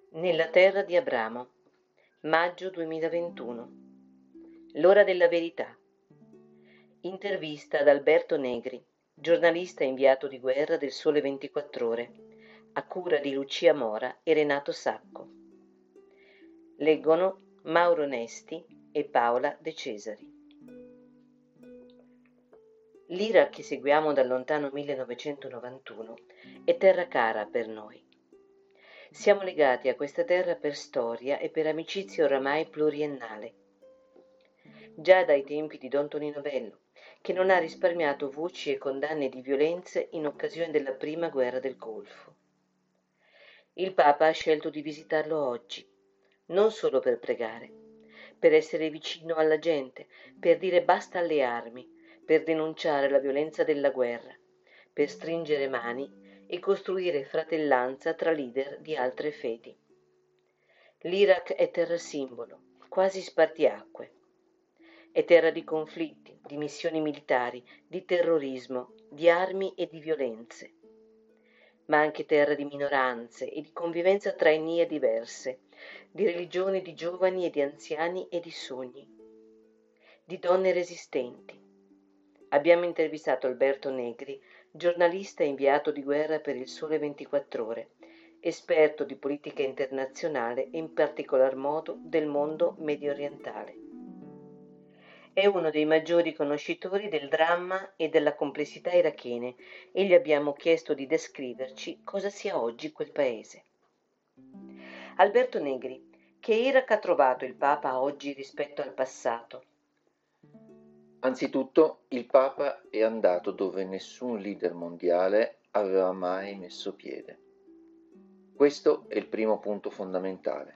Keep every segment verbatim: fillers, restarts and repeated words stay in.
Nella terra di Abramo, maggio duemilaventuno. L'ora della verità. Intervista ad Alberto Negri, giornalista inviato di guerra del Sole ventiquattro Ore, a cura di Lucia Mora e Renato Sacco. Leggono Mauro Nesti e Paola De Cesari. L'Iraq che seguiamo dal lontano millenovecentonovantuno è terra cara per noi. Siamo legati a questa terra per storia e per amicizia oramai pluriennale. Già dai tempi di Don Tonino Bello, che non ha risparmiato voci e condanne di violenze in occasione della prima guerra del Golfo. Il Papa ha scelto di visitarlo oggi, non solo per pregare, per essere vicino alla gente, per dire basta alle armi, per denunciare la violenza della guerra, per stringere mani e costruire fratellanza tra leader di altre fedi. L'Iraq è terra simbolo, quasi spartiacque. È terra di conflitti, di missioni militari, di terrorismo, di armi e di violenze. Ma anche terra di minoranze e di convivenza tra etnie diverse, di religioni, di giovani e di anziani e di sogni, di donne resistenti. Abbiamo intervistato Alberto Negri, giornalista inviato di guerra per il Sole ventiquattro Ore, esperto di politica internazionale e in particolar modo del mondo mediorientale. È uno dei maggiori conoscitori del dramma e della complessità irachene e gli abbiamo chiesto di descriverci cosa sia oggi quel paese. Alberto Negri, che Iraq ha trovato il Papa oggi rispetto al passato? Anzitutto, il Papa è andato dove nessun leader mondiale aveva mai messo piede. Questo è il primo punto fondamentale.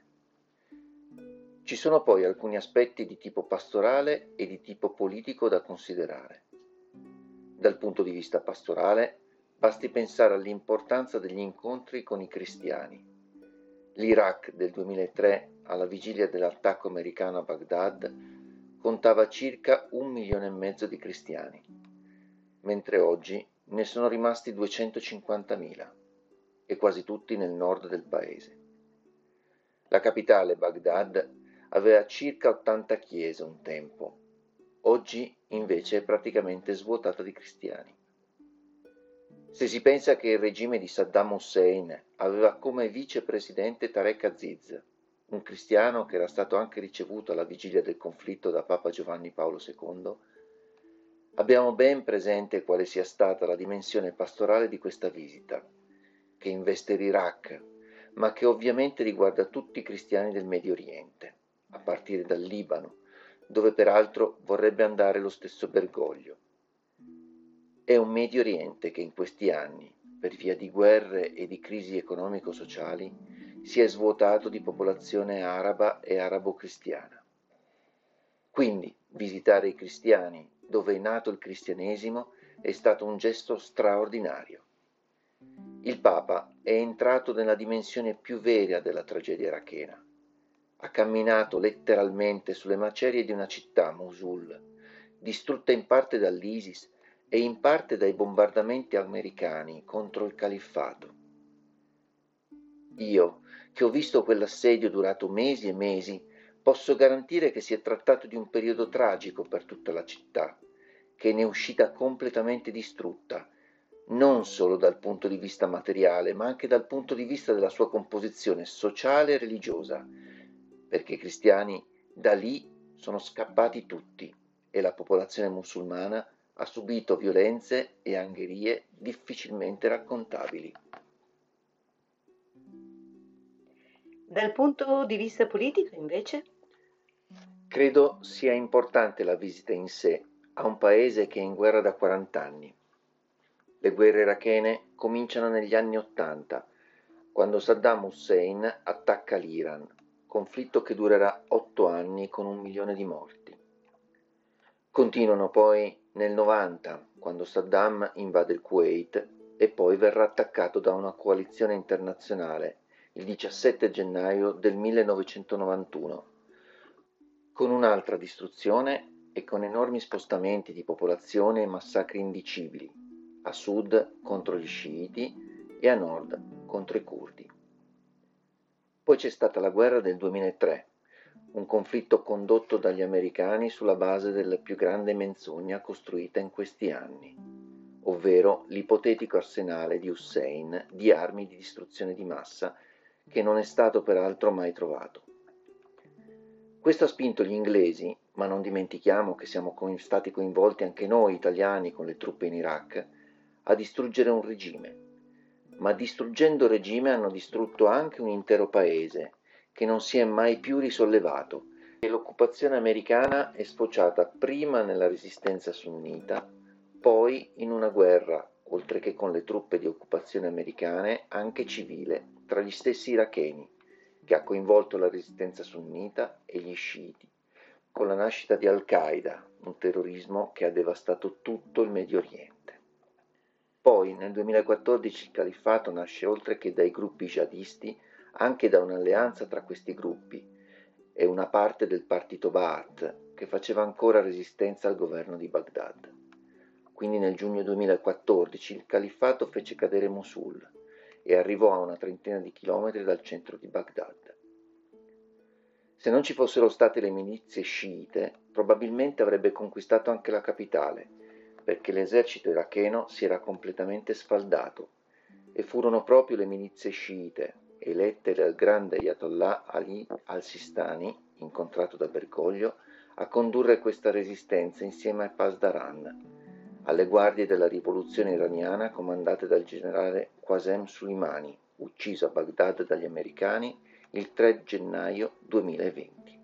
Ci sono poi alcuni aspetti di tipo pastorale e di tipo politico da considerare. Dal punto di vista pastorale, basti pensare all'importanza degli incontri con i cristiani. L'Iraq del duemilatré, alla vigilia dell'attacco americano a Baghdad, contava circa un milione e mezzo di cristiani, mentre oggi ne sono rimasti duecentocinquantamila, e quasi tutti nel nord del paese. La capitale, Baghdad, aveva circa ottanta chiese un tempo, oggi invece è praticamente svuotata di cristiani. Se si pensa che il regime di Saddam Hussein aveva come vicepresidente Tarek Aziz, un cristiano che era stato anche ricevuto alla vigilia del conflitto da Papa Giovanni Paolo secondo, abbiamo ben presente quale sia stata la dimensione pastorale di questa visita, che investe l'Iraq, ma che ovviamente riguarda tutti i cristiani del Medio Oriente, a partire dal Libano, dove peraltro vorrebbe andare lo stesso Bergoglio. È un Medio Oriente che in questi anni, per via di guerre e di crisi economico-sociali, si è svuotato di popolazione araba e arabo-cristiana. Quindi visitare i cristiani dove è nato il cristianesimo è stato un gesto straordinario. Il Papa è entrato nella dimensione più vera della tragedia irachena. Ha camminato letteralmente sulle macerie di una città, Mosul, distrutta in parte dall'ISIS e in parte dai bombardamenti americani contro il califfato. Io, che ho visto quell'assedio durato mesi e mesi, posso garantire che si è trattato di un periodo tragico per tutta la città, che ne è uscita completamente distrutta, non solo dal punto di vista materiale, ma anche dal punto di vista della sua composizione sociale e religiosa, perché i cristiani da lì sono scappati tutti e la popolazione musulmana ha subito violenze e angherie difficilmente raccontabili. Dal punto di vista politico, invece? Credo sia importante la visita in sé a un paese che è in guerra da quaranta anni. Le guerre irachene cominciano negli anni ottanta, quando Saddam Hussein attacca l'Iran, conflitto che durerà otto anni con un milione di morti. Continuano poi nel novanta, quando Saddam invade il Kuwait e poi verrà attaccato da una coalizione internazionale il diciassette gennaio del millenovecentonovantuno, con un'altra distruzione e con enormi spostamenti di popolazione e massacri indicibili, a sud contro gli sciiti e a nord contro i curdi. Poi c'è stata la guerra del duemilatré, un conflitto condotto dagli americani sulla base della più grande menzogna costruita in questi anni, ovvero l'ipotetico arsenale di Hussein di armi di distruzione di massa, che non è stato peraltro mai trovato. Questo ha spinto gli inglesi, ma non dimentichiamo che siamo stati coinvolti anche noi italiani con le truppe in Iraq, a distruggere un regime. Ma distruggendo il regime hanno distrutto anche un intero paese, che non si è mai più risollevato, e l'occupazione americana è sfociata prima nella resistenza sunnita, poi in una guerra, oltre che con le truppe di occupazione americane, anche civile, tra gli stessi iracheni, che ha coinvolto la resistenza sunnita e gli sciiti, con la nascita di Al-Qaeda, un terrorismo che ha devastato tutto il Medio Oriente. Poi nel duemilaquattordici il califfato nasce oltre che dai gruppi jihadisti anche da un'alleanza tra questi gruppi e una parte del partito Ba'ath che faceva ancora resistenza al governo di Baghdad. Quindi nel giugno duemilaquattordici il califfato fece cadere Mosul e arrivò a una trentina di chilometri dal centro di Baghdad. Se non ci fossero state le milizie sciite, probabilmente avrebbe conquistato anche la capitale, perché l'esercito iracheno si era completamente sfaldato, e furono proprio le milizie sciite, elette dal grande Ayatollah Ali al-Sistani, incontrato da Bergoglio, a condurre questa resistenza insieme a Pasdaran, alle guardie della rivoluzione iraniana comandate dal generale Qasem Soleimani, ucciso a Baghdad dagli americani il tre gennaio duemilaventi.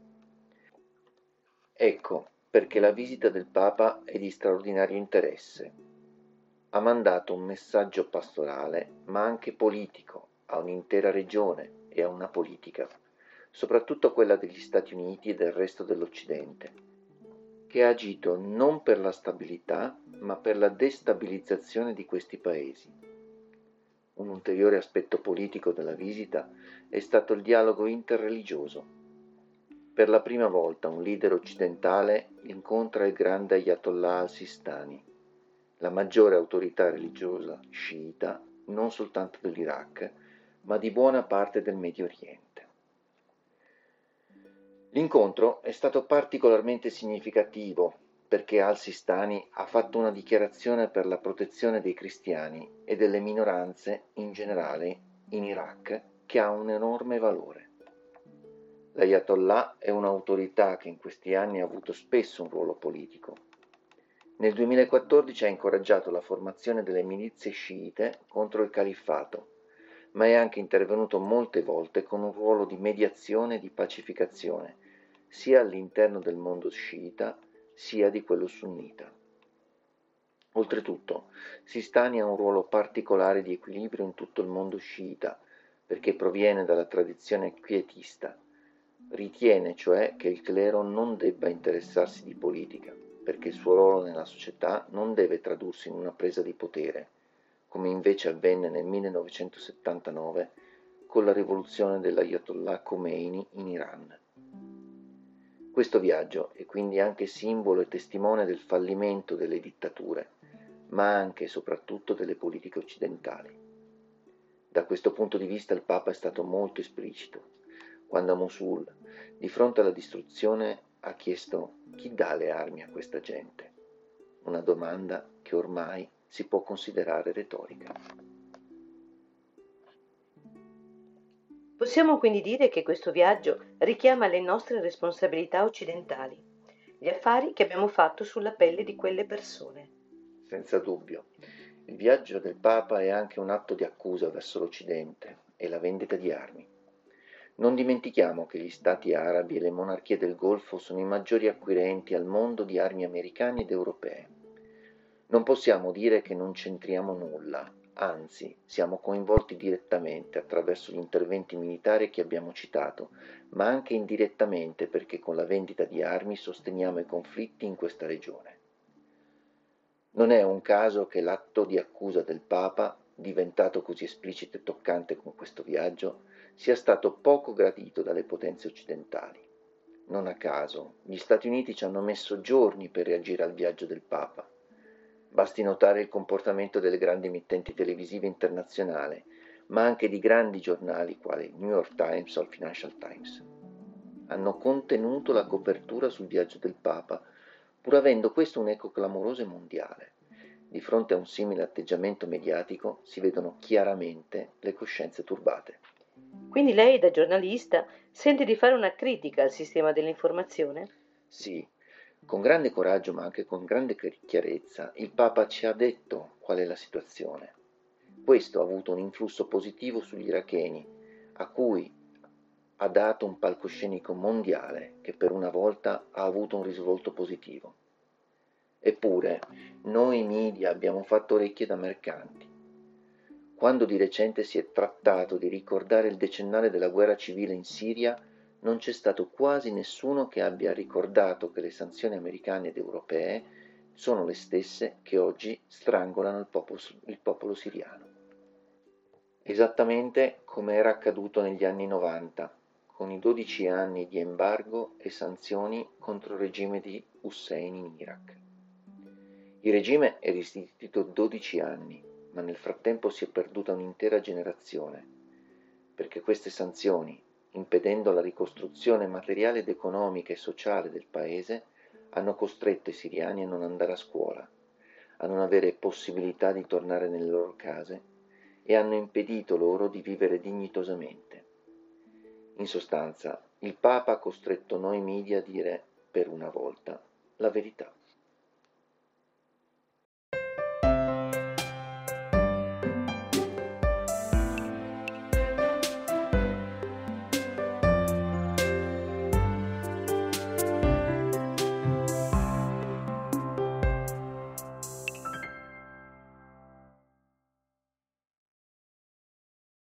Ecco perché la visita del Papa è di straordinario interesse. Ha mandato un messaggio pastorale, ma anche politico, a un'intera regione e a una politica, soprattutto quella degli Stati Uniti e del resto dell'Occidente, che ha agito non per la stabilità, ma per la destabilizzazione di questi paesi. Un ulteriore aspetto politico della visita è stato il dialogo interreligioso. Per la prima volta un leader occidentale incontra il grande Ayatollah al-Sistani, la maggiore autorità religiosa sciita non soltanto dell'Iraq, ma di buona parte del Medio Oriente. L'incontro è stato particolarmente significativo perché al-Sistani ha fatto una dichiarazione per la protezione dei cristiani e delle minoranze in generale in Iraq che ha un enorme valore. L'Ayatollah è un'autorità che in questi anni ha avuto spesso un ruolo politico. Nel duemilaquattordici ha incoraggiato la formazione delle milizie sciite contro il califfato, ma è anche intervenuto molte volte con un ruolo di mediazione e di pacificazione, sia all'interno del mondo sciita sia di quello sunnita. Oltretutto, Sistani ha un ruolo particolare di equilibrio in tutto il mondo sciita, perché proviene dalla tradizione quietista. Ritiene cioè che il clero non debba interessarsi di politica, perché il suo ruolo nella società non deve tradursi in una presa di potere, come invece avvenne nel millenovecentosettantanove con la rivoluzione dell'Ayatollah Khomeini in Iran. Questo viaggio è quindi anche simbolo e testimone del fallimento delle dittature, ma anche e soprattutto delle politiche occidentali. Da questo punto di vista il Papa è stato molto esplicito, quando a Mosul, di fronte alla distruzione, ha chiesto: chi dà le armi a questa gente? Una domanda che ormai si può considerare retorica. Possiamo quindi dire che questo viaggio richiama le nostre responsabilità occidentali, gli affari che abbiamo fatto sulla pelle di quelle persone. Senza dubbio. Il viaggio del Papa è anche un atto di accusa verso l'Occidente e la vendita di armi. Non dimentichiamo che gli stati arabi e le monarchie del Golfo sono i maggiori acquirenti al mondo di armi americane ed europee. Non possiamo dire che non c'entriamo nulla, anzi siamo coinvolti direttamente attraverso gli interventi militari che abbiamo citato, ma anche indirettamente perché con la vendita di armi sosteniamo i conflitti in questa regione. Non è un caso che l'atto di accusa del Papa, diventato così esplicito e toccante con questo viaggio, sia stato poco gradito dalle potenze occidentali. Non a caso, gli Stati Uniti ci hanno messo giorni per reagire al viaggio del Papa. Basti notare il comportamento delle grandi emittenti televisive internazionali, ma anche di grandi giornali quali il New York Times o il Financial Times. Hanno contenuto la copertura sul viaggio del Papa, pur avendo questo un eco clamoroso e mondiale. Di fronte a un simile atteggiamento mediatico si vedono chiaramente le coscienze turbate. Quindi lei, da giornalista, sente di fare una critica al sistema dell'informazione? Sì, con grande coraggio ma anche con grande chiarezza, il Papa ci ha detto qual è la situazione. Questo ha avuto un influsso positivo sugli iracheni, a cui ha dato un palcoscenico mondiale che per una volta ha avuto un risvolto positivo. Eppure, noi media abbiamo fatto orecchie da mercanti. Quando di recente si è trattato di ricordare il decennale della guerra civile in Siria, non c'è stato quasi nessuno che abbia ricordato che le sanzioni americane ed europee sono le stesse che oggi strangolano il popolo, il popolo siriano. Esattamente come era accaduto negli anni novanta, con i dodici anni di embargo e sanzioni contro il regime di Hussein in Iraq. Il regime è resistito dodici anni, ma nel frattempo si è perduta un'intera generazione, perché queste sanzioni, impedendo la ricostruzione materiale ed economica e sociale del paese, hanno costretto i siriani a non andare a scuola, a non avere possibilità di tornare nelle loro case e hanno impedito loro di vivere dignitosamente. In sostanza, il Papa ha costretto noi media a dire, per una volta, la verità.